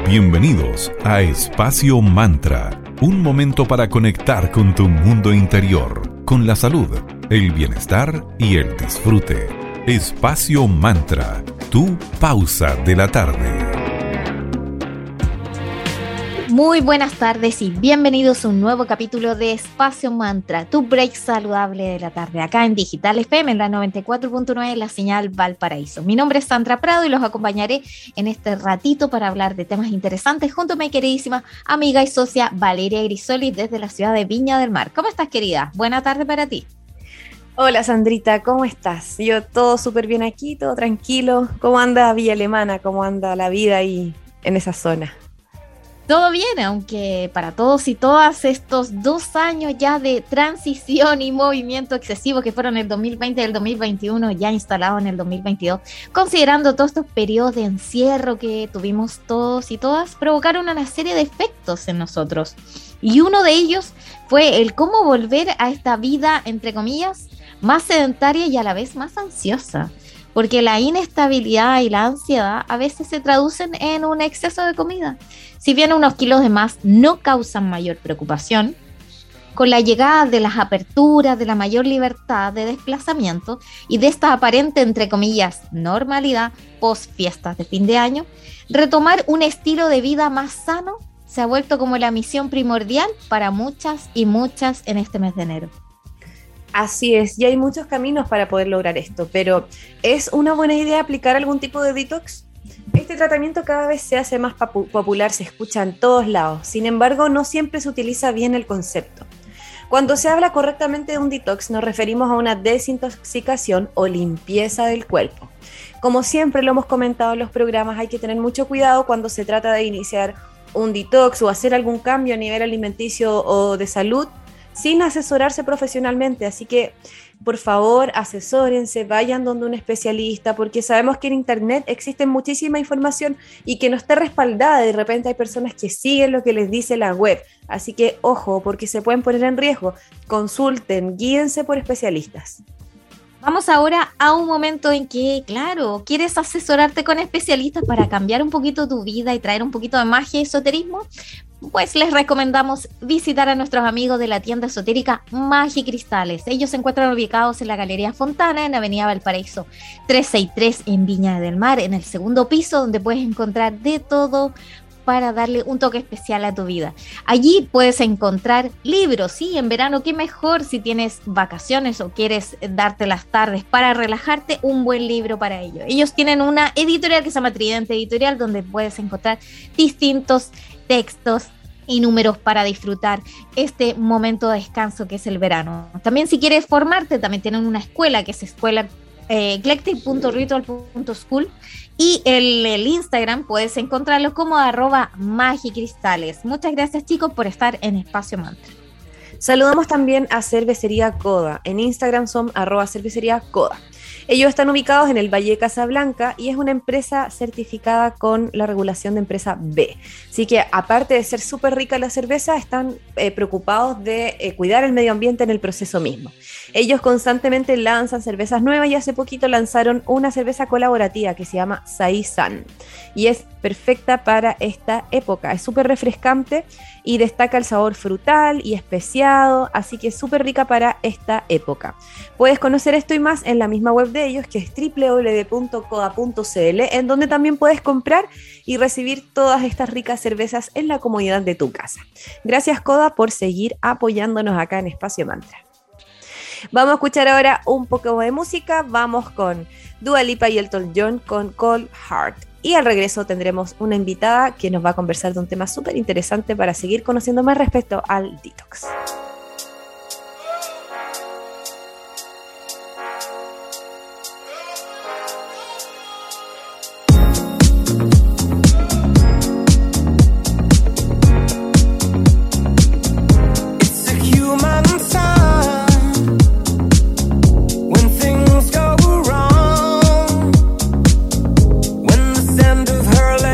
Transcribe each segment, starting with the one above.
Bienvenidos a Espacio Mantra, un momento para conectar con tu mundo interior, con la salud, el bienestar y el disfrute. Espacio Mantra, tu pausa de la tarde. Muy buenas tardes y bienvenidos a un nuevo capítulo de Espacio Mantra, tu break saludable de la tarde, acá en Digital FM, en la 94.9, la señal Valparaíso. Mi nombre es Sandra Prado y los acompañaré en este ratito para hablar de temas interesantes junto a mi queridísima amiga y socia Valeria Grisoli desde la ciudad de Viña del Mar. ¿Cómo estás, querida? Buena tarde para ti. Hola Sandrita, ¿cómo estás? Yo todo súper bien aquí, todo tranquilo. ¿Cómo anda Villa Alemana? ¿Cómo anda la vida ahí en esa zona? Todo bien, aunque para todos y todas estos 2 años ya de transición y movimiento excesivo que fueron el 2020 y el 2021, ya instalado en el 2022, considerando todos estos periodos de encierro que tuvimos todos y todas, provocaron una serie de efectos en nosotros. Y uno de ellos fue el cómo volver a esta vida, entre comillas, más sedentaria y a la vez más ansiosa. Porque la inestabilidad y la ansiedad a veces se traducen en un exceso de comida. Si bien unos kilos de más no causan mayor preocupación, con la llegada de las aperturas, de la mayor libertad de desplazamiento y de esta aparente, entre comillas, normalidad post fiestas de fin de año, retomar un estilo de vida más sano se ha vuelto como la misión primordial para muchas y muchas en este mes de enero. Así es, y hay muchos caminos para poder lograr esto, pero ¿es una buena idea aplicar algún tipo de detox? Este tratamiento cada vez se hace más popular, se escucha en todos lados, sin embargo no siempre se utiliza bien el concepto. Cuando se habla correctamente de un detox nos referimos a una desintoxicación o limpieza del cuerpo. Como siempre lo hemos comentado en los programas, hay que tener mucho cuidado cuando se trata de iniciar un detox o hacer algún cambio a nivel alimenticio o de salud, sin asesorarse profesionalmente, así que por favor asesórense, vayan donde un especialista, porque sabemos que en internet existe muchísima información y que no está respaldada. De repente hay personas que siguen lo que les dice la web, así que ojo, porque se pueden poner en riesgo. Consulten, guíense por especialistas. Vamos ahora a un momento en que, claro, quieres asesorarte con especialistas para cambiar un poquito tu vida y traer un poquito de magia y esoterismo. Pues les recomendamos visitar a nuestros amigos de la tienda esotérica Magia y Cristales. Ellos se encuentran ubicados en la Galería Fontana, en Avenida Valparaíso 363 en Viña del Mar, en el segundo piso, donde puedes encontrar de todo para darle un toque especial a tu vida. Allí puedes encontrar libros, sí, en verano, qué mejor si tienes vacaciones o quieres darte las tardes para relajarte, un buen libro para ello. Ellos tienen una editorial que se llama Tridente Editorial, donde puedes encontrar distintos textos y números para disfrutar este momento de descanso que es el verano. También si quieres formarte, también tienen una escuela que es escuela eclectic.ritual.school y el Instagram puedes encontrarlo como @magicristales. Muchas gracias, chicos, por estar en Espacio Mantra. Saludamos también a Cervecería Coda. En Instagram son @cervecería Coda. Ellos están ubicados en el Valle de Casablanca y es una empresa certificada con la regulación de empresa B. Así que aparte de ser súper rica la cerveza, están preocupados de cuidar el medio ambiente en el proceso mismo. Ellos constantemente lanzan cervezas nuevas y hace poquito lanzaron una cerveza colaborativa que se llama Saizan y es perfecta para esta época. Es súper refrescante y destaca el sabor frutal y especiado, así que es súper rica para esta época. Puedes conocer esto y más en la misma web de ellos, que es www.coda.cl, en donde también puedes comprar y recibir todas estas ricas cervezas en la comodidad de tu casa. Gracias, Coda, por seguir apoyándonos acá en Espacio Mantra. Vamos a escuchar ahora un poco de música. Vamos con Dua Lipa y Elton John con Cold Heart. Y al regreso tendremos una invitada que nos va a conversar de un tema súper interesante para seguir conociendo más respecto al detox.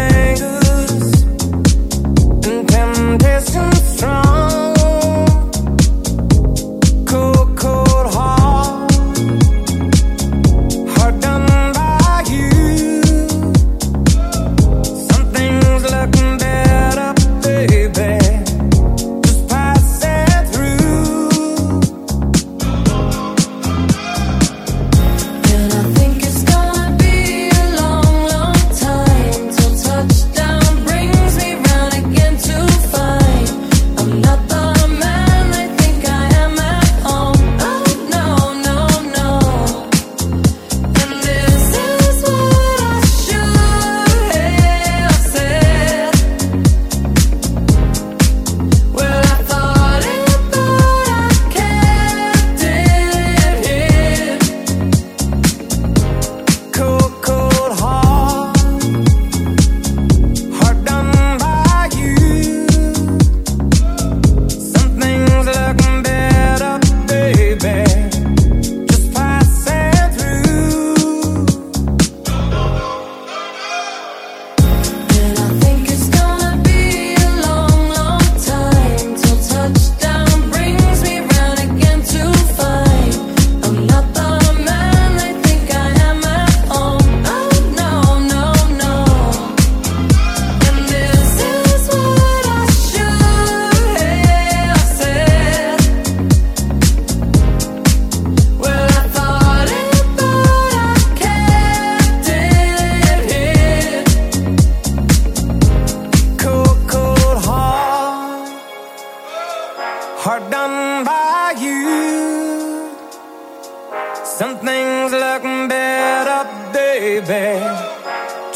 Strong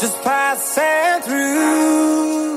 just passing through.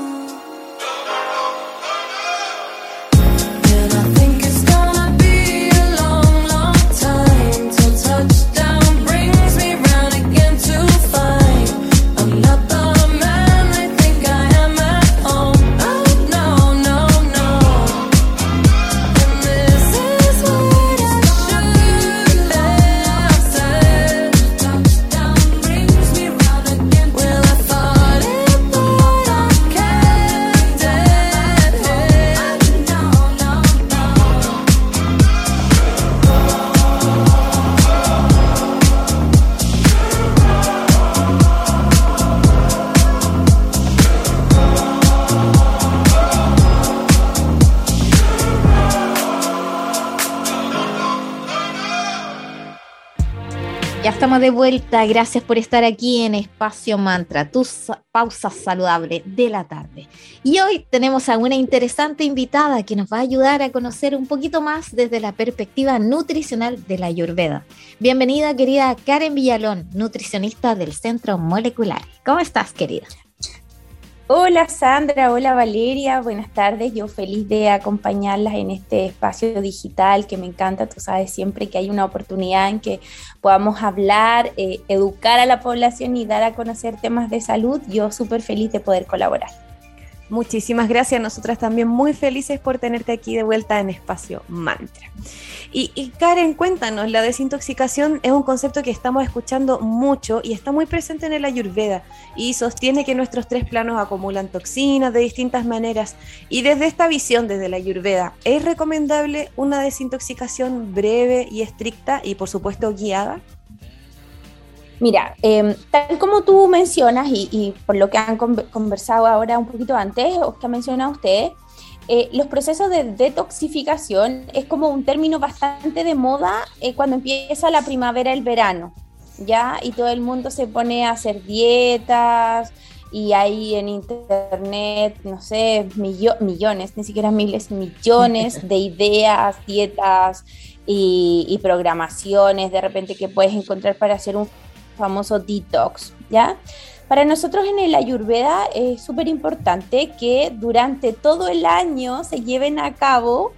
Ya estamos de vuelta, gracias por estar aquí en Espacio Mantra, tu pausa saludable de la tarde. Y hoy tenemos a una interesante invitada que nos va a ayudar a conocer un poquito más desde la perspectiva nutricional de la Ayurveda. Bienvenida, querida Karen Villalón, nutricionista del Centro Molecular. ¿Cómo estás, querida? Hola Sandra, hola Valeria, buenas tardes. Yo feliz de acompañarlas en este espacio digital que me encanta. Tú sabes siempre que hay una oportunidad en que podamos hablar, educar a la población y dar a conocer temas de salud. Yo súper feliz de poder colaborar. Muchísimas gracias, nosotras también muy felices por tenerte aquí de vuelta en Espacio Mantra. Y Karen, cuéntanos, la desintoxicación es un concepto que estamos escuchando mucho y está muy presente en el Ayurveda y sostiene que nuestros 3 planos acumulan toxinas de distintas maneras. Y desde esta visión, desde la Ayurveda, ¿es recomendable una desintoxicación breve y estricta y por supuesto guiada? Mira, tal como tú mencionas y por lo que han conversado ahora un poquito antes, o que ha mencionado usted, los procesos de detoxificación es como un término bastante de moda cuando empieza la primavera, el verano, ¿ya? Y todo el mundo se pone a hacer dietas y hay en internet, no sé, millones, ni siquiera miles, millones de ideas, dietas y programaciones de repente que puedes encontrar para hacer un famoso detox, ¿ya? Para nosotros en el Ayurveda es súper importante que durante todo el año se lleven a cabo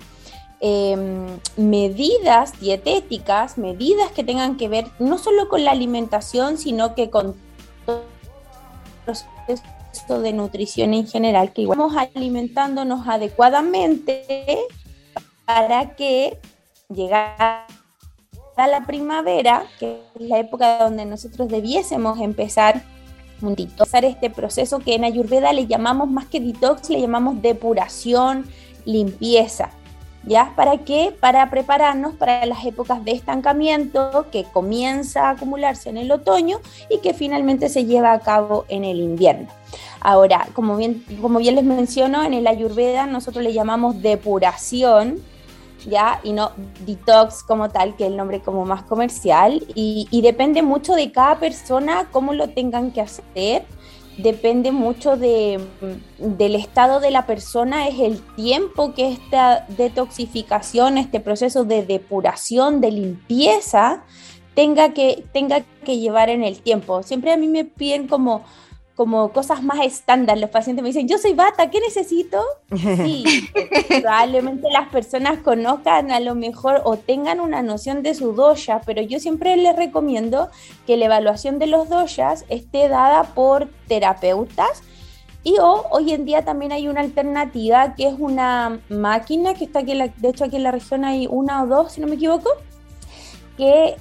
medidas dietéticas, medidas que tengan que ver no solo con la alimentación, sino que con todo el proceso de nutrición en general, que igual vamos alimentándonos adecuadamente para que llegar a la primavera, que es la época donde nosotros debiésemos empezar este proceso que en Ayurveda le llamamos, más que detox, le llamamos depuración, limpieza, ¿ya? ¿Para qué? Para prepararnos para las épocas de estancamiento que comienza a acumularse en el otoño y que finalmente se lleva a cabo en el invierno. Ahora, como bien les menciono, en el Ayurveda nosotros le llamamos depuración, ¿ya? Y no detox como tal, que es el nombre como más comercial, y depende mucho de cada persona cómo lo tengan que hacer, depende mucho del estado de la persona, es el tiempo que esta detoxificación, este proceso de depuración, de limpieza, tenga que llevar en el tiempo. Siempre a mí me piden como cosas más estándar. Los pacientes me dicen, yo soy Vata, ¿qué necesito? Sí, probablemente las personas conozcan a lo mejor o tengan una noción de su dosha, pero yo siempre les recomiendo que la evaluación de los doshas esté dada por terapeutas y hoy en día también hay una alternativa que es una máquina que está aquí, de hecho aquí en la región hay una o dos, si no me equivoco, que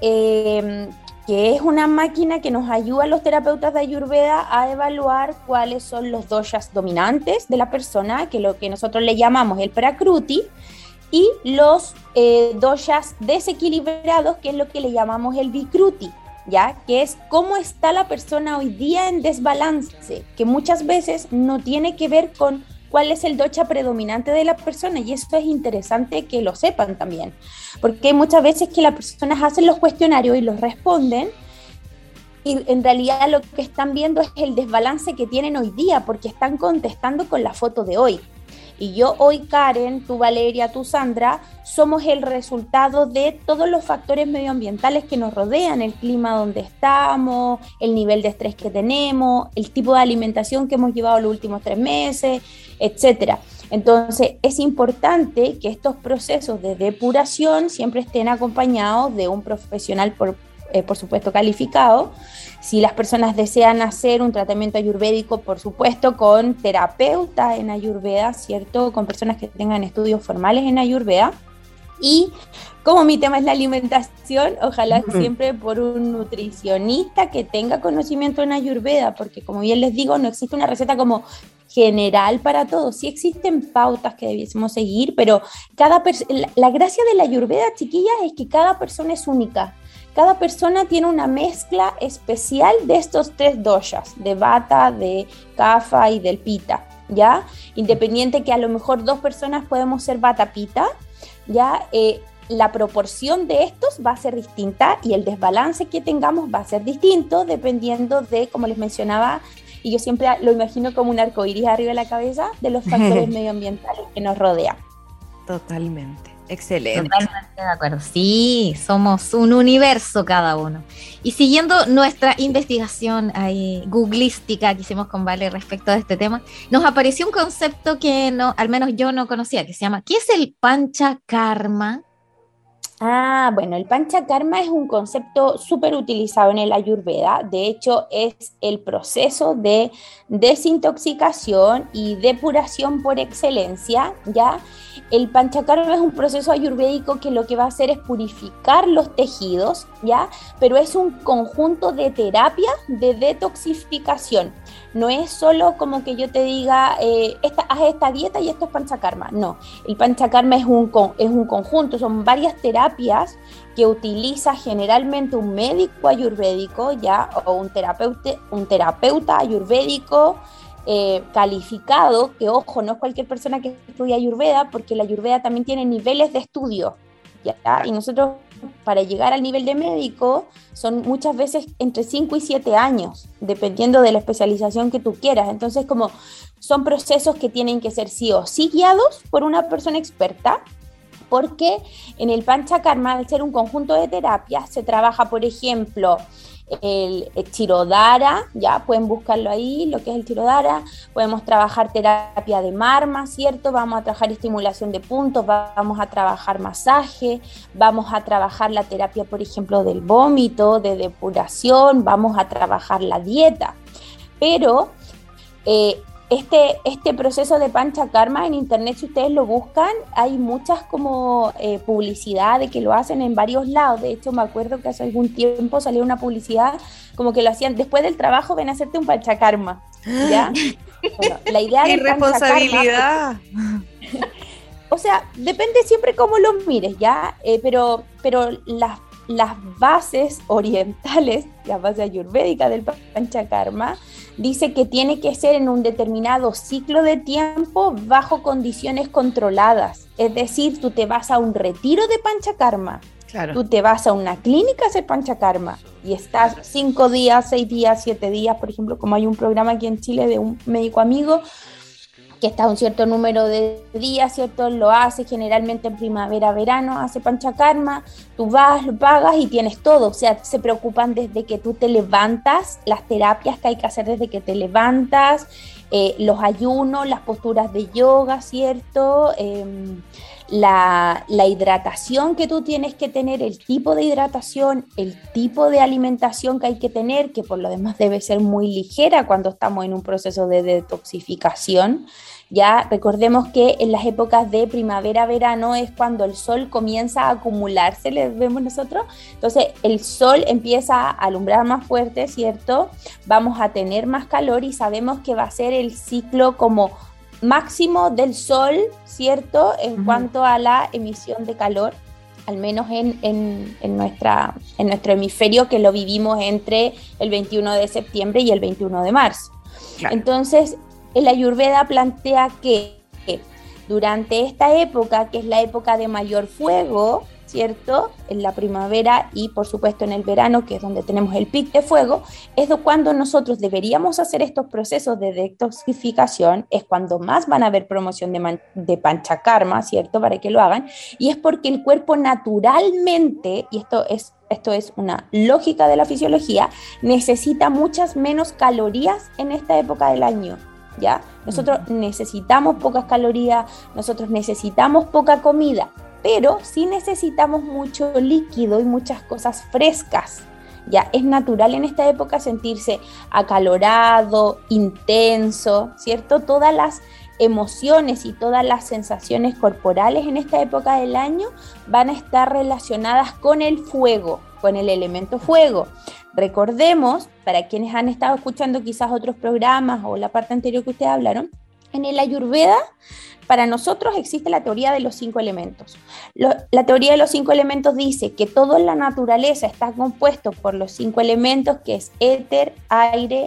es una máquina que nos ayuda a los terapeutas de Ayurveda a evaluar cuáles son los doshas dominantes de la persona, que lo que nosotros le llamamos el prakruti, y los doshas desequilibrados, que es lo que le llamamos el vikruti, ¿ya? Que es cómo está la persona hoy día en desbalance, que muchas veces no tiene que ver con cuál es el dosha predominante de la persona, y eso es interesante que lo sepan también, porque hay muchas veces que las personas hacen los cuestionarios y los responden, y en realidad lo que están viendo es el desbalance que tienen hoy día, porque están contestando con la foto de hoy, Y yo hoy, Karen, tú Valeria, tú Sandra, somos el resultado de todos los factores medioambientales que nos rodean, el clima donde estamos, el nivel de estrés que tenemos, el tipo de alimentación que hemos llevado los últimos 3 meses, etcétera. Entonces, es importante que estos procesos de depuración siempre estén acompañados de un profesional, por supuesto, calificado. Si las personas desean hacer un tratamiento ayurvédico, por supuesto, con terapeuta en Ayurveda, ¿cierto? Con personas que tengan estudios formales en Ayurveda. Y como mi tema es la alimentación, ojalá siempre por un nutricionista que tenga conocimiento en Ayurveda, porque como bien les digo, no existe una receta como general para todos. Sí existen pautas que debiésemos seguir, pero la gracia de la Ayurveda, chiquillas, es que cada persona es única. Cada persona tiene una mezcla especial de estos 3 doshas, de Vata, de Kapha y del Pitta, ¿ya? Independiente que a lo mejor 2 personas podemos ser Vata-Pitta, ¿ya? La proporción de estos va a ser distinta y el desbalance que tengamos va a ser distinto dependiendo de, como les mencionaba, y yo siempre lo imagino como un arcoíris arriba de la cabeza, de los factores medioambientales que nos rodean. Totalmente. Excelente. Totalmente de acuerdo. Sí, somos un universo cada uno. Y siguiendo nuestra investigación ahí, googlística que hicimos con Vale respecto a este tema, nos apareció un concepto que no, al menos yo no conocía, que se llama, ¿qué es el Panchakarma? Bueno, el Panchakarma es un concepto súper utilizado en el Ayurveda. De hecho, es el proceso de desintoxicación y depuración por excelencia, ¿ya? El Panchakarma es un proceso ayurvédico que lo que va a hacer es purificar los tejidos, ¿ya? Pero es un conjunto de terapias de detoxificación. No es solo como que yo te diga, haz esta dieta y esto es Panchakarma. No, el Panchakarma es un conjunto, son varias terapias que utiliza generalmente un médico ayurvédico, ¿ya? O un terapeuta ayurvédico calificado, que ojo, no es cualquier persona que estudia Ayurveda, porque la Ayurveda también tiene niveles de estudio, ¿ya? Y nosotros, para llegar al nivel de médico, son muchas veces entre 5 y 7 años, dependiendo de la especialización que tú quieras. Entonces, como son procesos que tienen que ser sí o sí guiados por una persona experta, porque en el Panchakarma, al ser un conjunto de terapias, se trabaja, por ejemplo, el Chirodhara, ya pueden buscarlo ahí, lo que es el Chirodhara. Podemos trabajar terapia de marma, ¿cierto? Vamos a trabajar estimulación de puntos, vamos a trabajar masaje, vamos a trabajar la terapia, por ejemplo, del vómito, de depuración, vamos a trabajar la dieta. Pero este proceso de Panchakarma en internet, si ustedes lo buscan, hay muchas como publicidad de que lo hacen en varios lados. De hecho, me acuerdo que hace algún tiempo salió una publicidad como que lo hacían después del trabajo, ven a hacerte un Panchakarma, ¿ya? Bueno, la idea ¡Qué responsabilidad! O sea, depende siempre cómo lo mires, ¿ya? Pero las bases orientales, la base ayurvédica del Panchakarma, dice que tiene que ser en un determinado ciclo de tiempo bajo condiciones controladas. Es decir, tú te vas a un retiro de Panchakarma, claro. Tú te vas a una clínica a hacer Panchakarma y estás 5 días, 6 días, 7 días, por ejemplo, como hay un programa aquí en Chile de un médico amigo que está un cierto número de días, ¿cierto? Lo hace generalmente en primavera, verano, hace Panchakarma, tú vas, lo pagas y tienes todo. O sea, se preocupan desde que tú te levantas, las terapias que hay que hacer desde que te levantas, los ayunos, las posturas de yoga, ¿cierto? La hidratación que tú tienes que tener, el tipo de hidratación, el tipo de alimentación que hay que tener, que por lo demás debe ser muy ligera cuando estamos en un proceso de detoxificación. Ya recordemos que en las épocas de primavera, verano es cuando el sol comienza a acumularse, le vemos nosotros. Entonces el sol empieza a alumbrar más fuerte, ¿cierto? Vamos a tener más calor y sabemos que va a ser el ciclo como máximo del sol, ¿cierto? En cuanto a la emisión de calor, al menos en nuestro hemisferio, que lo vivimos entre el 21 de septiembre y el 21 de marzo. Claro. Entonces, el Ayurveda plantea que durante esta época, que es la época de mayor fuego, ¿cierto? En la primavera y por supuesto en el verano, que es donde tenemos el pic de fuego, es cuando nosotros deberíamos hacer estos procesos de detoxificación, es cuando más van a haber promoción de panchakarma, ¿cierto? Para que lo hagan, y es porque el cuerpo naturalmente, y esto es una lógica de la fisiología, necesita muchas menos calorías en esta época del año, ¿ya? Nosotros necesitamos pocas calorías, nosotros necesitamos poca comida, pero sí necesitamos mucho líquido y muchas cosas frescas. Ya es natural en esta época sentirse acalorado, intenso, ¿cierto? Todas las emociones y todas las sensaciones corporales en esta época del año van a estar relacionadas con el fuego, con el elemento fuego. Recordemos, para quienes han estado escuchando quizás otros programas o la parte anterior que ustedes hablaron, en el Ayurveda, para nosotros existe la teoría de los 5 elementos. La teoría de los 5 elementos dice que todo en la naturaleza está compuesto por los 5 elementos, que es éter, aire,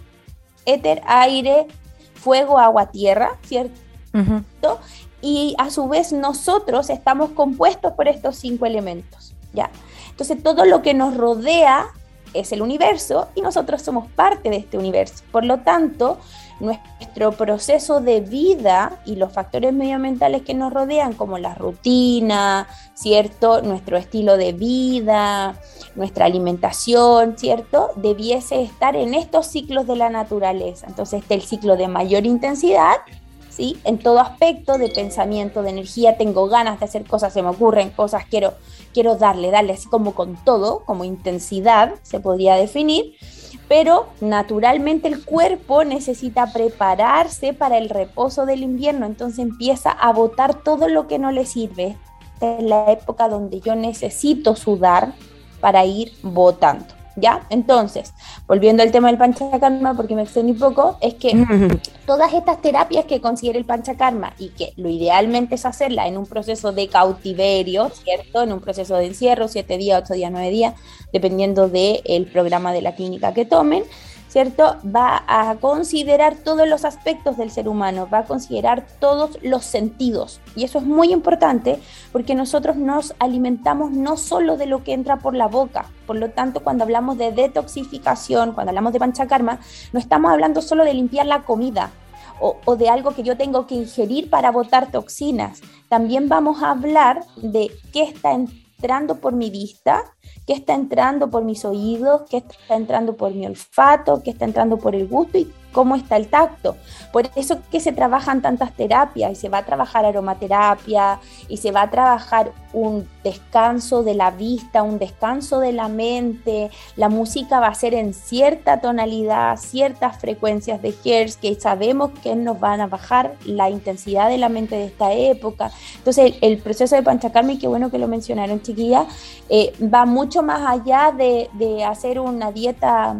fuego, agua, tierra, ¿cierto? Uh-huh. Y a su vez nosotros estamos compuestos por estos 5 elementos, ¿ya? Entonces todo lo que nos rodea es el universo y nosotros somos parte de este universo. Por lo tanto, nuestro proceso de vida y los factores medioambientales que nos rodean, como la rutina, ¿cierto? Nuestro estilo de vida, nuestra alimentación, ¿cierto? Debiese estar en estos ciclos de la naturaleza. Entonces, el ciclo de mayor intensidad, ¿sí? En todo aspecto de pensamiento, de energía, tengo ganas de hacer cosas, se me ocurren cosas, quiero darle así como con todo, como intensidad, se podría definir. Pero naturalmente el cuerpo necesita prepararse para el reposo del invierno, entonces empieza a botar todo lo que no le sirve. Esta es la época donde yo necesito sudar para ir botando, ¿ya? Entonces, volviendo al tema del panchakarma, porque me extendí un poco, es que todas estas terapias que considera el panchakarma y que lo idealmente es hacerla en un proceso de cautiverio, ¿cierto? En un proceso de encierro, 7 días, 8 días, 9 días, dependiendo del programa de la clínica que tomen, ¿cierto? Va a considerar todos los aspectos del ser humano, va a considerar todos los sentidos. Y eso es muy importante porque nosotros nos alimentamos no solo de lo que entra por la boca. Por lo tanto, cuando hablamos de detoxificación, cuando hablamos de panchakarma, no estamos hablando solo de limpiar la comida o de algo que yo tengo que ingerir para botar toxinas. También vamos a hablar de qué está entrando por mi vista, qué está entrando por mis oídos, qué está entrando por mi olfato, qué está entrando por el gusto y cómo está el tacto. Por eso que se trabajan tantas terapias y se va a trabajar aromaterapia y se va a trabajar un descanso de la vista, un descanso de la mente. La música va a ser en cierta tonalidad, ciertas frecuencias de hertz que sabemos que nos van a bajar la intensidad de la mente de esta época. Entonces el proceso de panchakarma, y qué bueno que lo mencionaron, chiquillas, va mucho más allá de hacer una dieta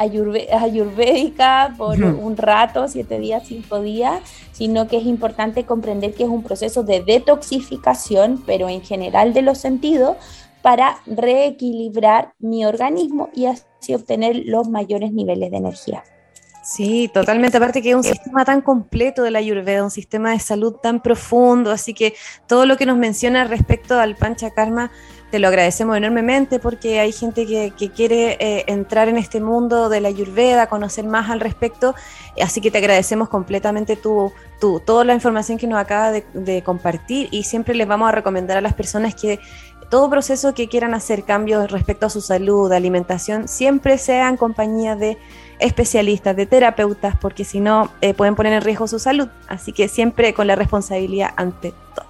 ayurvédica por un rato, 7 días, 5 días, sino que es importante comprender que es un proceso de detoxificación, pero en general de los sentidos, para reequilibrar mi organismo y así obtener los mayores niveles de energía. Sí, totalmente, aparte que es un sistema tan completo de la Ayurveda, un sistema de salud tan profundo, así que todo lo que nos menciona respecto al panchakarma te lo agradecemos enormemente porque hay gente que quiere entrar en este mundo de la Ayurveda, conocer más al respecto, así que te agradecemos completamente toda la información que nos acaba de compartir y siempre les vamos a recomendar a las personas que todo proceso que quieran hacer cambios respecto a su salud, alimentación, siempre sea en compañía de especialistas, de terapeutas, porque si no pueden poner en riesgo su salud, así que siempre con la responsabilidad ante todo.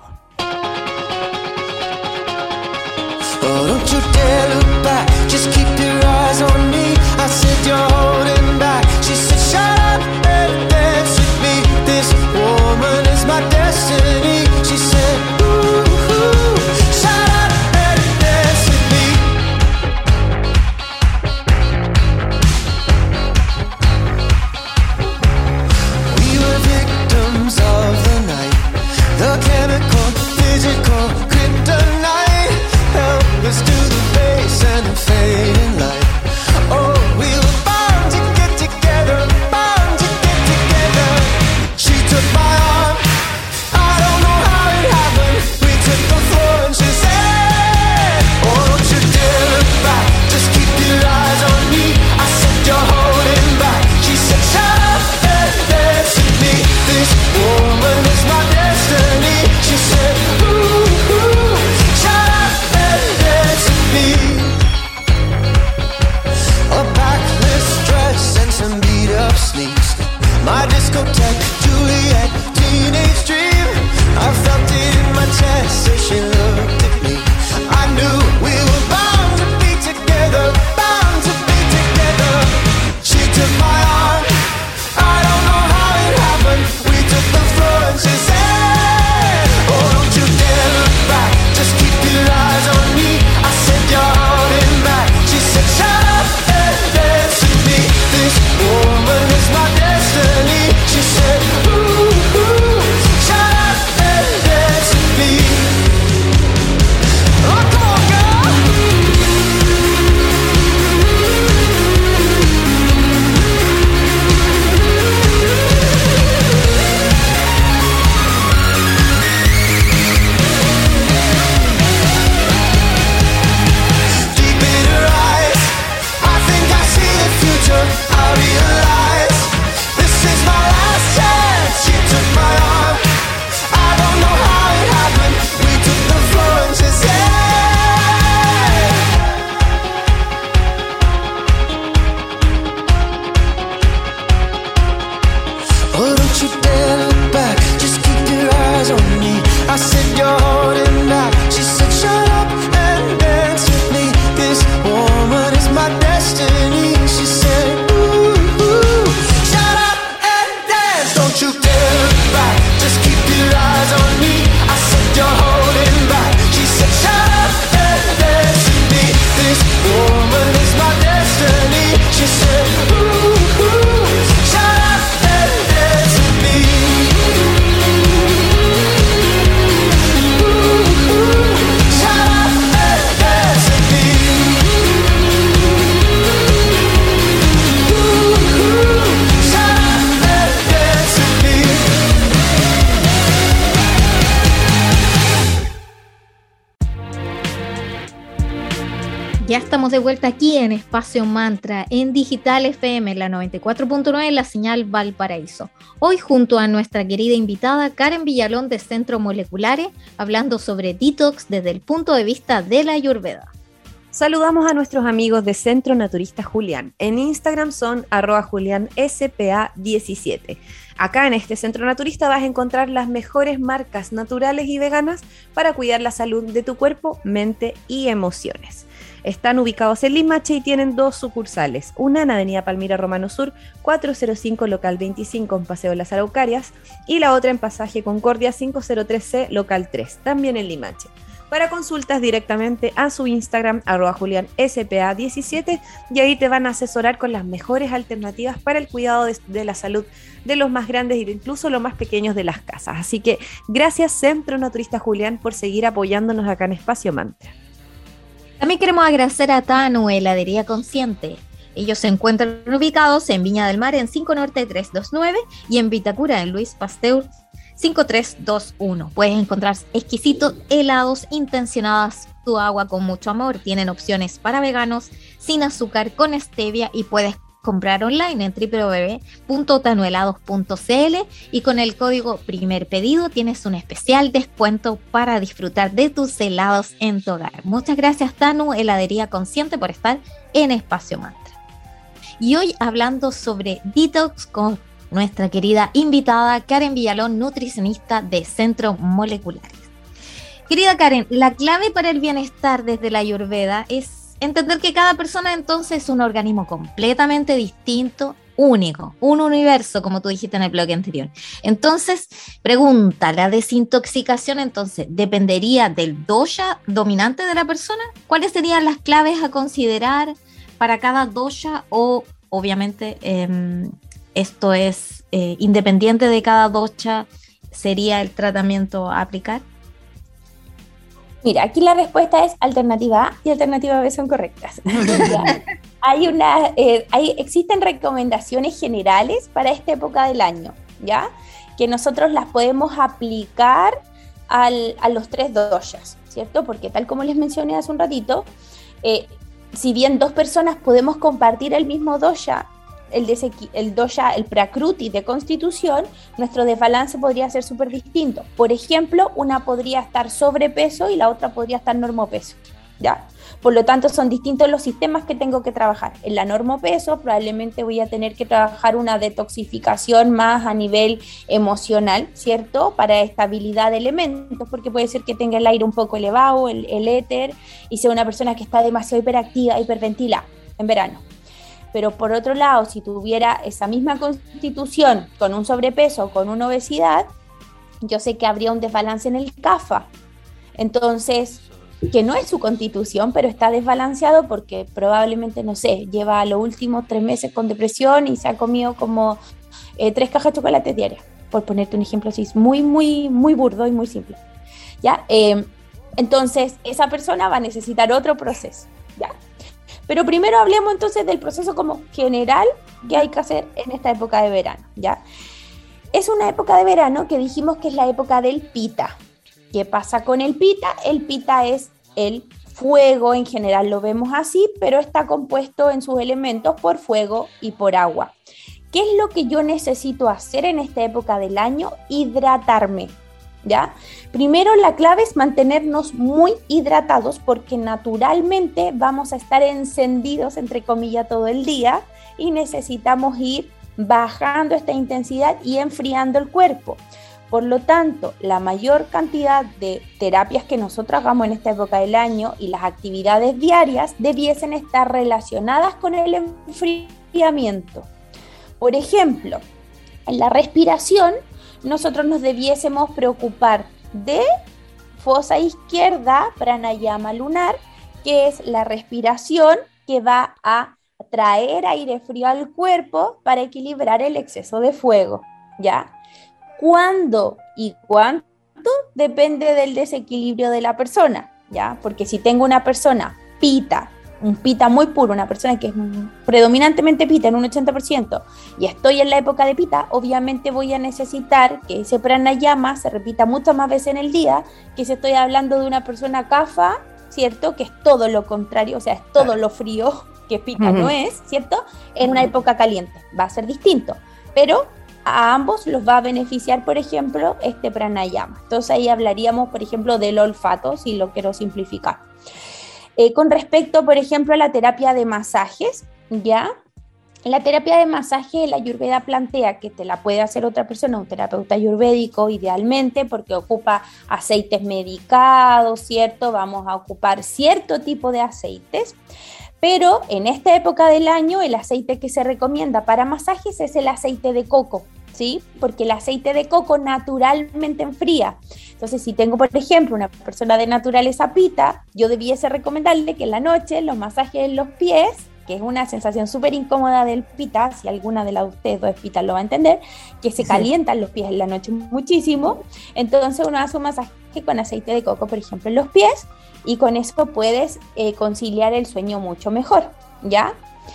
Oh, don't you dare look back, just keep your eyes on me. I said you're holding back. She said shut up and dance with me. This woman is my destiny. She said ooh, shut up and dance with me. We were victims of the night, the chemical, physical, kryptonite. Helpless to the base and the fading light. Oh, we were bound together. My discotheque, Juliet, teenage dream. I felt it in my chest as she looked at me. I knew we were bound to be together, bound to be together. She took my arm, I don't know how it happened. We took the floor and she said, oh, don't you dare look back, just keep your eyes on me. I said, you're holding back. She said, shut up and dance with me. This woman is my destiny. She said, ooh, ooh, shut up and dance with me. Oh, come on, girl. Deep in her eyes, I think I see the future. I realize this is my last chance. She took my arm, I don't know how it happened. We took the floor and she said, oh, don't you dare look back, just keep your eyes on me. I said, you're holding back. She said, shut up and dance with me. This woman is my destiny. She said, ooh, ooh, shut up and dance. Don't you dare look back, just keep your eyes on me. I said, you're holding back. She said, shut up and dance with me. This woman is my destiny. She said, ooh, ooh, shut up and dance with me. Ooh, ooh, shut up and dance with me. Ooh, ooh, shut up and dance with me. Ya estamos de vuelta aquí en Espacio Mantra, en Digital FM, la 94.9, la señal Valparaíso. Hoy junto a nuestra querida invitada Karen Villalón de Centro Moleculares, hablando sobre detox desde el punto de vista de la Ayurveda. Saludamos a nuestros amigos de Centro Naturista Julián. En Instagram son @JuliánSPA17. Acá en este centro naturista vas a encontrar las mejores marcas naturales y veganas para cuidar la salud de tu cuerpo, mente y emociones. Están ubicados en Limache y tienen 2 sucursales, una en Avenida Palmira Romano Sur, 405 local 25 en Paseo de las Araucarias y la otra en Pasaje Concordia 503C local 3, también en Limache. Para consultas directamente a su Instagram @JuliánSPA17 y ahí te van a asesorar con las mejores alternativas para el cuidado de la salud de los más grandes e incluso los más pequeños de las casas. Así que gracias Centro Naturista Julián por seguir apoyándonos acá en Espacio Mantra. También queremos agradecer a Tanu, Heladería Consciente. Ellos se encuentran ubicados en Viña del Mar en 5 Norte 329 y en Vitacura en Luis Pasteur 5321. Puedes encontrar exquisitos helados intencionados tu agua con mucho amor. Tienen opciones para veganos, sin azúcar, con stevia y puedes comprar online en www.tanuhelados.cl y con el código primer pedido tienes un especial descuento para disfrutar de tus helados en tu hogar. Muchas gracias Tanu, Heladería Consciente, por estar en Espacio Mantra. Y hoy hablando sobre detox con nuestra querida invitada Karen Villalón, nutricionista de Centro Moleculares. Querida Karen, la clave para el bienestar desde la Ayurveda es entender que cada persona entonces es un organismo completamente distinto, único, un universo, como tú dijiste en el bloque anterior. Entonces, pregunta, ¿la desintoxicación entonces dependería del dosha dominante de la persona? ¿Cuáles serían las claves a considerar para cada dosha o, obviamente, esto es independiente de cada dosha, sería el tratamiento a aplicar? Mira, aquí la respuesta es alternativa A y alternativa B son correctas. Existen recomendaciones generales para esta época del año, ¿ya? Que nosotros las podemos aplicar a los 3 doshas, ¿cierto? Porque tal como les mencioné hace un ratito, si bien 2 personas podemos compartir el mismo dosha, el dosha, el prakruti de constitución, nuestro desbalance podría ser súper distinto. Por ejemplo, una podría estar sobrepeso y la otra podría estar normopeso, ¿ya? Por lo tanto, son distintos los sistemas que tengo que trabajar. En la normopeso probablemente voy a tener que trabajar una detoxificación más a nivel emocional, ¿cierto? Para estabilidad de elementos, porque puede ser que tenga el aire un poco elevado, el éter, y sea una persona que está demasiado hiperactiva, hiperventila en verano. Pero por otro lado, si tuviera esa misma constitución con un sobrepeso, con una obesidad, yo sé que habría un desbalance en el CAFA. Entonces, que no es su constitución, pero está desbalanceado porque probablemente, no sé, lleva los últimos 3 meses con depresión y se ha comido como 3 cajas de chocolate diarias, por ponerte un ejemplo así, muy, muy, muy burdo y muy simple, ¿ya? Entonces, esa persona va a necesitar otro proceso, ¿ya? Pero primero hablemos entonces del proceso como general que hay que hacer en esta época de verano, ¿ya? Es una época de verano que dijimos que es la época del pita. ¿Qué pasa con el pita? El pita es el fuego, en general lo vemos así, pero está compuesto en sus elementos por fuego y por agua. ¿Qué es lo que yo necesito hacer en esta época del año? Hidratarme, ¿ya? Primero, la clave es mantenernos muy hidratados porque naturalmente vamos a estar encendidos, entre comillas, todo el día y necesitamos ir bajando esta intensidad y enfriando el cuerpo. Por lo tanto, la mayor cantidad de terapias que nosotros hagamos en esta época del año y las actividades diarias debiesen estar relacionadas con el enfriamiento. Por ejemplo, en la respiración, nosotros nos debiésemos preocupar de fosa izquierda, pranayama lunar, que es la respiración que va a traer aire frío al cuerpo para equilibrar el exceso de fuego, ¿ya? ¿Cuándo y cuánto? Depende del desequilibrio de la persona, ¿ya? Porque si tengo una persona pita, un pita muy puro, una persona que es predominantemente pita en un 80%, y estoy en la época de pita, obviamente voy a necesitar que ese pranayama se repita muchas más veces en el día, que si estoy hablando de una persona kapha, ¿cierto? Que es todo lo contrario, o sea, es todo lo frío que pita no es, ¿cierto? En una época caliente va a ser distinto, pero a ambos los va a beneficiar, por ejemplo, este pranayama. Entonces ahí hablaríamos, por ejemplo, del olfato, si lo quiero simplificar. Con respecto, por ejemplo, a la terapia de masajes, ¿ya? La terapia de masaje, la Ayurveda plantea que te la puede hacer otra persona, un terapeuta ayurvédico, idealmente, porque ocupa aceites medicados, ¿cierto? Vamos a ocupar cierto tipo de aceites. Pero en esta época del año, el aceite que se recomienda para masajes es el aceite de coco, ¿sí? Porque el aceite de coco naturalmente enfría. Entonces, si tengo, por ejemplo, una persona de naturaleza pita, yo debiese recomendarle que en la noche los masajes en los pies, que es una sensación súper incómoda del pita, si alguna de las de ustedes dos es pita lo va a entender, que se calientan los pies en la noche muchísimo. Entonces, uno hace un masaje con aceite de coco, por ejemplo, en los pies, y con eso puedes conciliar el sueño mucho mejor, ¿ya?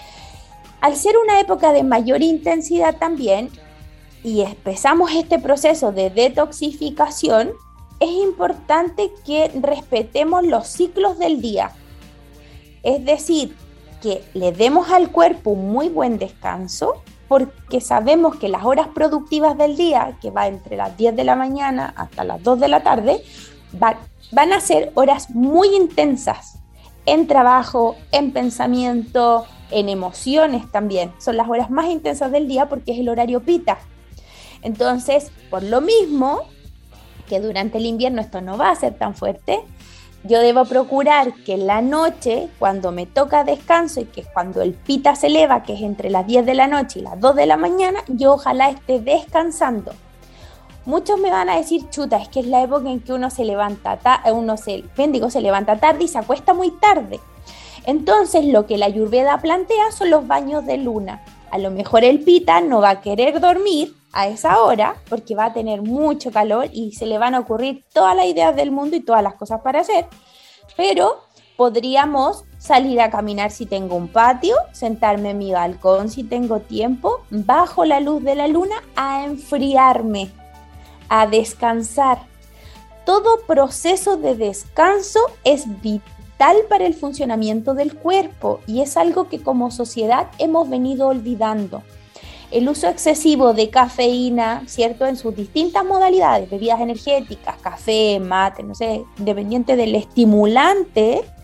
Al ser una época de mayor intensidad también, y empezamos este proceso de detoxificación, es importante que respetemos los ciclos del día. Es decir, que le demos al cuerpo un muy buen descanso, porque sabemos que las horas productivas del día, que va entre las 10 de la mañana hasta las 2 de la tarde, van a ser horas muy intensas en trabajo, en pensamiento, en emociones también. Son las horas más intensas del día porque es el horario pita. Entonces, por lo mismo que durante el invierno esto no va a ser tan fuerte, yo debo procurar que en la noche, cuando me toca descanso y que es cuando el pita se eleva, que es entre las 10 de la noche y las 2 de la mañana, yo ojalá esté descansando. Muchos me van a decir, chuta, es que es la época en que uno se levanta tarde y se acuesta muy tarde. Entonces, lo que la Ayurveda plantea son los baños de luna. A lo mejor el pita no va a querer dormir a esa hora porque va a tener mucho calor y se le van a ocurrir todas las ideas del mundo y todas las cosas para hacer, pero podríamos salir a caminar si tengo un patio, sentarme en mi balcón si tengo tiempo, bajo la luz de la luna a enfriarme, a descansar. Todo proceso de descanso es vital para el funcionamiento del cuerpo y es algo que como sociedad hemos venido olvidando. El uso excesivo de cafeína, ¿cierto? En sus distintas modalidades, bebidas energéticas, café, mate, no sé, dependiente del estimulante,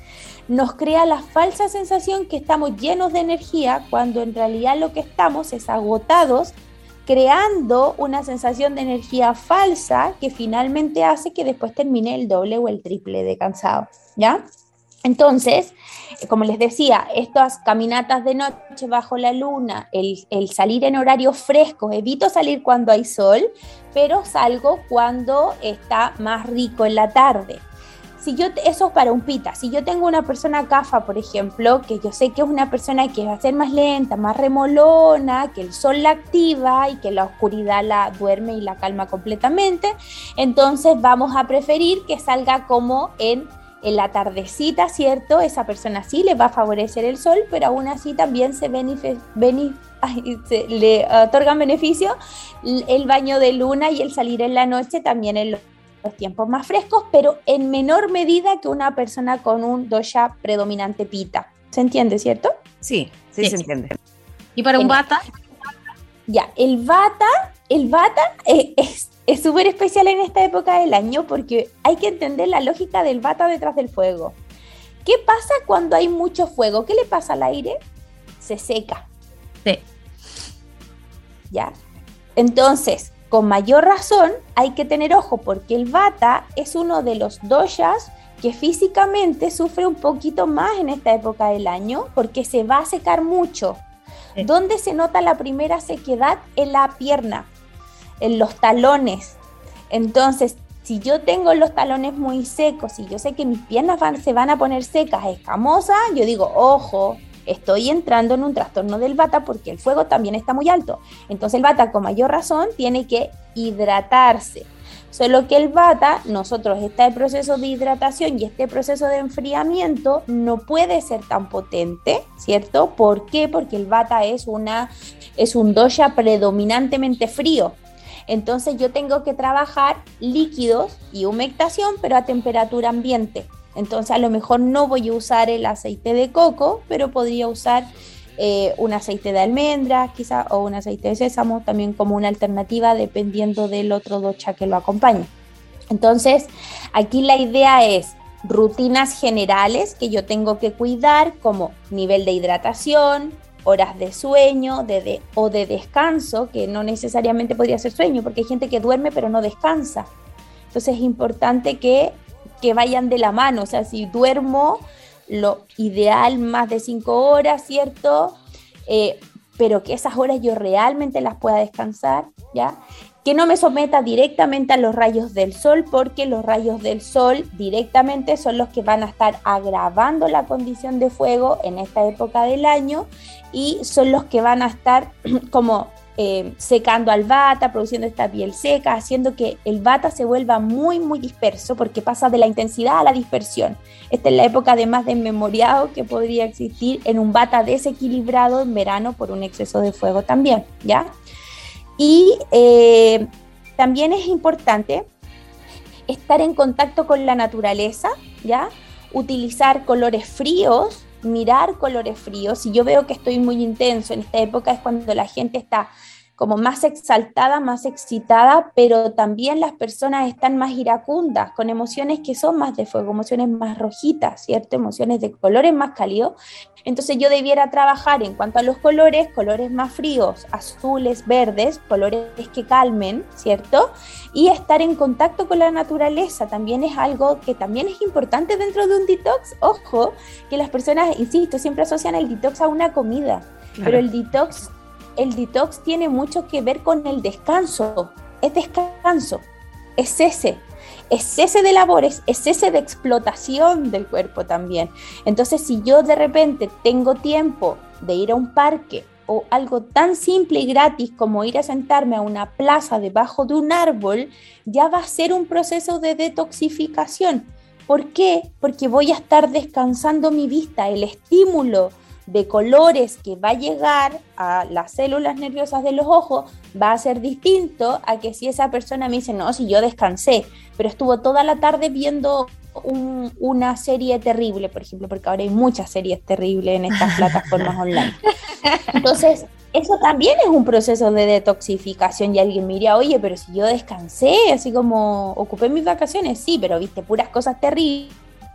nos crea la falsa sensación que estamos llenos de energía, cuando en realidad lo que estamos es agotados, creando una sensación de energía falsa que finalmente hace que después termine el doble o el triple de cansado, ¿ya? Entonces, como les decía, estas caminatas de noche bajo la luna, el salir en horarios frescos, evito salir cuando hay sol, pero salgo cuando está más rico en la tarde. Eso es para un pita. Si yo tengo una persona CAFA, por ejemplo, que yo sé que es una persona que va a ser más lenta, más remolona, que el sol la activa y que la oscuridad la duerme y la calma completamente, entonces vamos a preferir que salga como en la tardecita, ¿cierto? Esa persona sí le va a favorecer el sol, pero aún así también le otorgan beneficio el baño de luna y el salir en la noche también en los tiempos más frescos, pero en menor medida que una persona con un dosha predominante pita. ¿Se entiende, cierto? Sí, se entiende. ¿Y para un vata? Ya, el vata es súper especial en esta época del año porque hay que entender la lógica del vata detrás del fuego. ¿Qué pasa cuando hay mucho fuego? ¿Qué le pasa al aire? Se seca. Sí. ¿Ya? Entonces, con mayor razón hay que tener ojo porque el vata es uno de los doshas que físicamente sufre un poquito más en esta época del año porque se va a secar mucho. Sí. ¿Dónde se nota la primera sequedad? En la pierna, en los talones. Entonces, si yo tengo los talones muy secos y yo sé que mis piernas se van a poner secas, escamosas, yo digo, ojo, estoy entrando en un trastorno del vata porque el fuego también está muy alto. Entonces el vata con mayor razón tiene que hidratarse. Solo que el vata, este proceso de hidratación y este proceso de enfriamiento no puede ser tan potente, ¿cierto? ¿Por qué? Porque el vata es un dosha predominantemente frío. Entonces yo tengo que trabajar líquidos y humectación, pero a temperatura ambiente. Entonces a lo mejor no voy a usar el aceite de coco, pero podría usar un aceite de almendra quizá, o un aceite de sésamo también como una alternativa dependiendo del otro dosha que lo acompañe. Entonces aquí la idea es rutinas generales que yo tengo que cuidar, como nivel de hidratación, horas de sueño o de descanso, que no necesariamente podría ser sueño porque hay gente que duerme pero no descansa. Entonces es importante que vayan de la mano, o sea, si duermo, lo ideal más de 5 horas, ¿cierto? Pero que esas horas yo realmente las pueda descansar, ¿ya? Que no me someta directamente a los rayos del sol, porque los rayos del sol directamente son los que van a estar agravando la condición de fuego en esta época del año y son los que van a estar como secando al vata, produciendo esta piel seca, haciendo que el vata se vuelva muy, muy disperso porque pasa de la intensidad a la dispersión. Esta es la época de más desmemoriado que podría existir en un vata desequilibrado en verano por un exceso de fuego también, ¿ya? Y también es importante estar en contacto con la naturaleza, ¿ya? Utilizar colores fríos, mirar colores fríos. Si yo veo que estoy muy intenso en esta época es cuando la gente está como más exaltada, más excitada, pero también las personas están más iracundas, con emociones que son más de fuego, emociones más rojitas, ¿cierto? Emociones de colores más cálidos. Entonces yo debiera trabajar en cuanto a los colores más fríos, azules, verdes, colores que calmen, ¿cierto? Y estar en contacto con la naturaleza también es algo que también es importante dentro de un detox. Ojo, que las personas, insisto, siempre asocian el detox a una comida, claro. Pero el detox tiene mucho que ver con el descanso. Es descanso, es cese de labores, es cese de explotación del cuerpo también. Entonces, si yo de repente tengo tiempo de ir a un parque o algo tan simple y gratis como ir a sentarme a una plaza debajo de un árbol, ya va a ser un proceso de detoxificación. ¿Por qué? Porque voy a estar descansando mi vista, el estímulo de colores que va a llegar a las células nerviosas de los ojos va a ser distinto a que si esa persona me dice, no, si yo descansé, pero estuvo toda la tarde viendo una serie terrible, por ejemplo, porque ahora hay muchas series terribles en estas plataformas online. Entonces, eso también es un proceso de detoxificación y alguien me diría, oye, pero si yo descansé, así como ocupé mis vacaciones, sí, pero viste puras cosas terribles,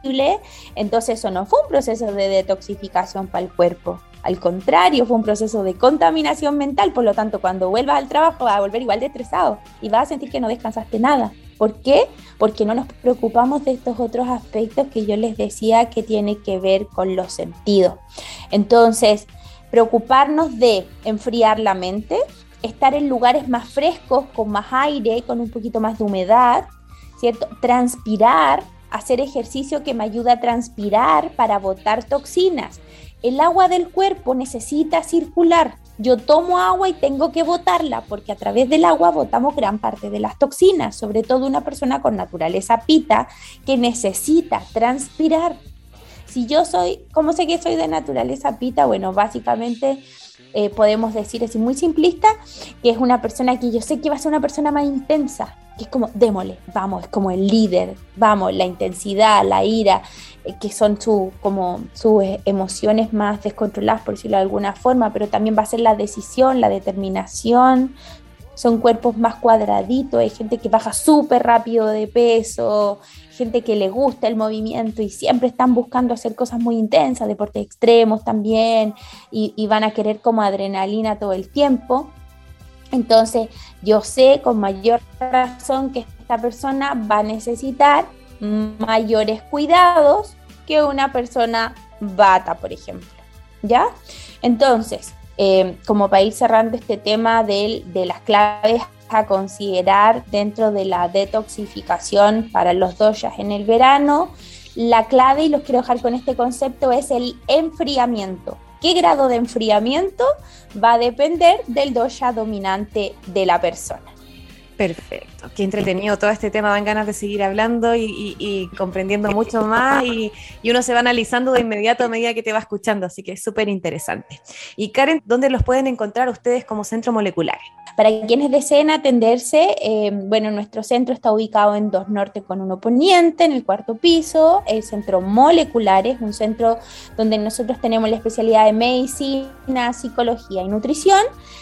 Entonces eso no fue un proceso de detoxificación para el cuerpo. Al contrario, fue un proceso de contaminación mental. Por lo tanto, cuando vuelvas al trabajo vas a volver igual de estresado y vas a sentir que no descansaste nada. ¿Por qué? Porque no nos preocupamos de estos otros aspectos que yo les decía que tiene que ver con los sentidos. Entonces, preocuparnos de enfriar la mente, estar en lugares más frescos, con más aire, con un poquito más de humedad, ¿cierto? Transpirar, hacer ejercicio que me ayuda a transpirar para botar toxinas. El agua del cuerpo necesita circular. Yo tomo agua y tengo que botarla porque a través del agua botamos gran parte de las toxinas, sobre todo una persona con naturaleza pita que necesita transpirar. Si yo soy, ¿cómo sé que soy de naturaleza pita? Bueno, básicamente podemos decir así muy simplista, que es una persona que yo sé que va a ser una persona más intensa, que es como, démosle, vamos, es como el líder, vamos, la intensidad, la ira, que son sus emociones más descontroladas, por decirlo de alguna forma, pero también va a ser la decisión, la determinación. Son cuerpos más cuadraditos, hay gente que baja súper rápido de peso, gente que le gusta el movimiento y siempre están buscando hacer cosas muy intensas, deportes extremos también, y van a querer como adrenalina todo el tiempo. Entonces yo sé con mayor razón que esta persona va a necesitar mayores cuidados que una persona bata, por ejemplo, ¿ya? Entonces, como para ir cerrando este tema de las claves a considerar dentro de la detoxificación para los doshas en el verano, la clave, y los quiero dejar con este concepto, es el enfriamiento. ¿Qué grado de enfriamiento? Va a depender del dosha dominante de la persona. Perfecto, qué entretenido todo este tema, dan ganas de seguir hablando y comprendiendo mucho más y uno se va analizando de inmediato a medida que te va escuchando, así que es súper interesante. Y Karen, ¿dónde los pueden encontrar ustedes como Centro Molecular? Para quienes deseen atenderse, bueno, nuestro centro está ubicado en 2 Norte con 1 Poniente, en el 4º piso. El Centro Molecular es un centro donde nosotros tenemos la especialidad de medicina, psicología y nutrición.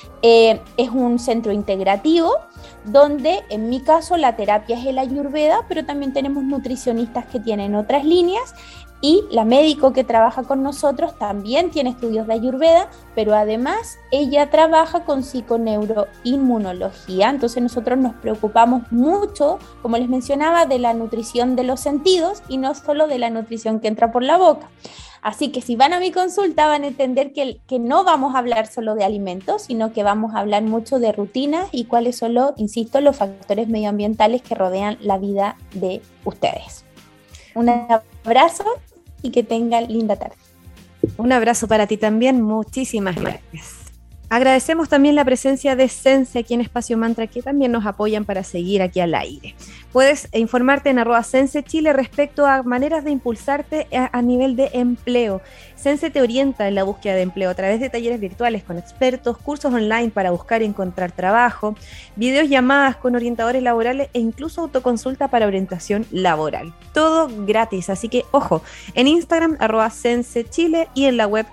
Es un centro integrativo donde en mi caso la terapia es el Ayurveda, pero también tenemos nutricionistas que tienen otras líneas y la médico que trabaja con nosotros también tiene estudios de Ayurveda, pero además ella trabaja con psiconeuroinmunología. Entonces nosotros nos preocupamos mucho, como les mencionaba, de la nutrición de los sentidos y no solo de la nutrición que entra por la boca. Así que si van a mi consulta van a entender que no vamos a hablar solo de alimentos, sino que vamos a hablar mucho de rutinas y cuáles son, insisto, los factores medioambientales que rodean la vida de ustedes. Un abrazo y que tengan linda tarde. Un abrazo para ti también, muchísimas gracias. Agradecemos también la presencia de Sense aquí en Espacio Mantra, que también nos apoyan para seguir aquí al aire. Puedes informarte en @Sense Chile respecto a maneras de impulsarte a nivel de empleo. Sense te orienta en la búsqueda de empleo a través de talleres virtuales con expertos, cursos online para buscar y encontrar trabajo, videos, llamadas con orientadores laborales e incluso autoconsulta para orientación laboral. Todo gratis, así que ojo, en Instagram @Sense Chile y en la web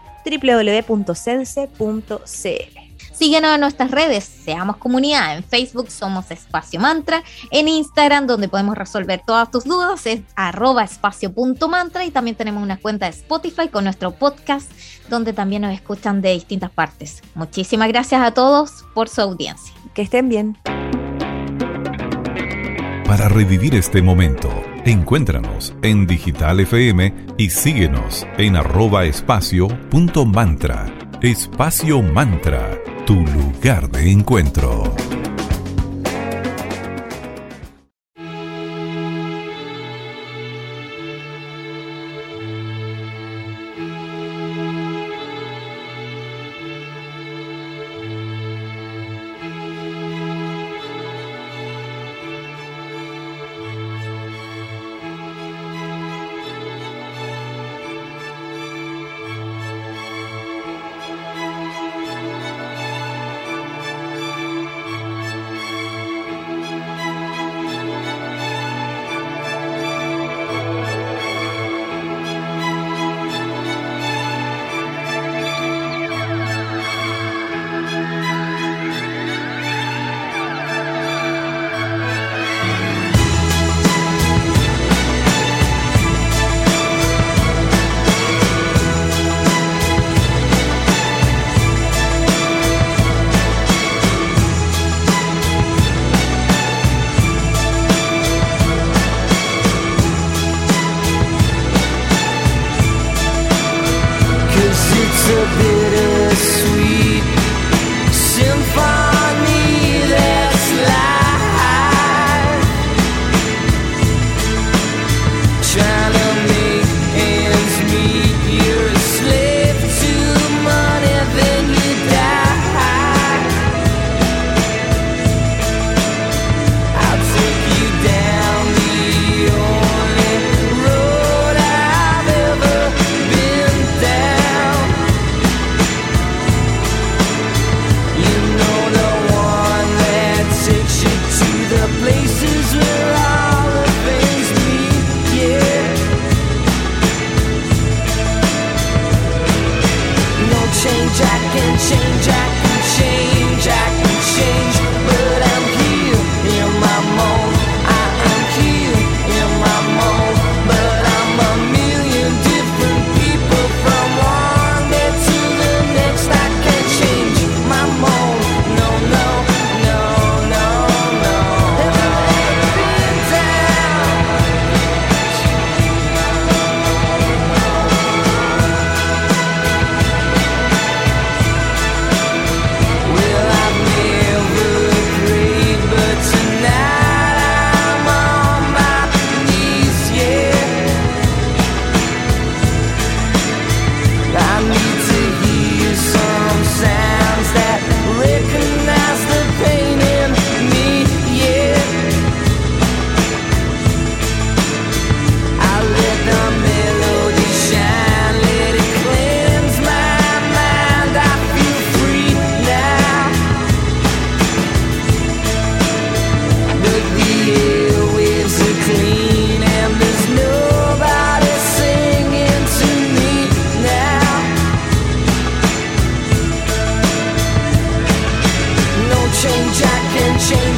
www.sense.cl. Síguenos en nuestras redes, seamos comunidad. En Facebook somos Espacio Mantra, en Instagram, donde podemos resolver todas tus dudas, es @espacio.mantra, y también tenemos una cuenta de Spotify con nuestro podcast, donde también nos escuchan de distintas partes. Muchísimas gracias a todos por su audiencia. Que estén bien. Para revivir este momento, encuéntranos en Digital FM y síguenos en @espacio.mantra. Espacio Mantra, tu lugar de encuentro.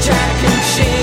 track and change.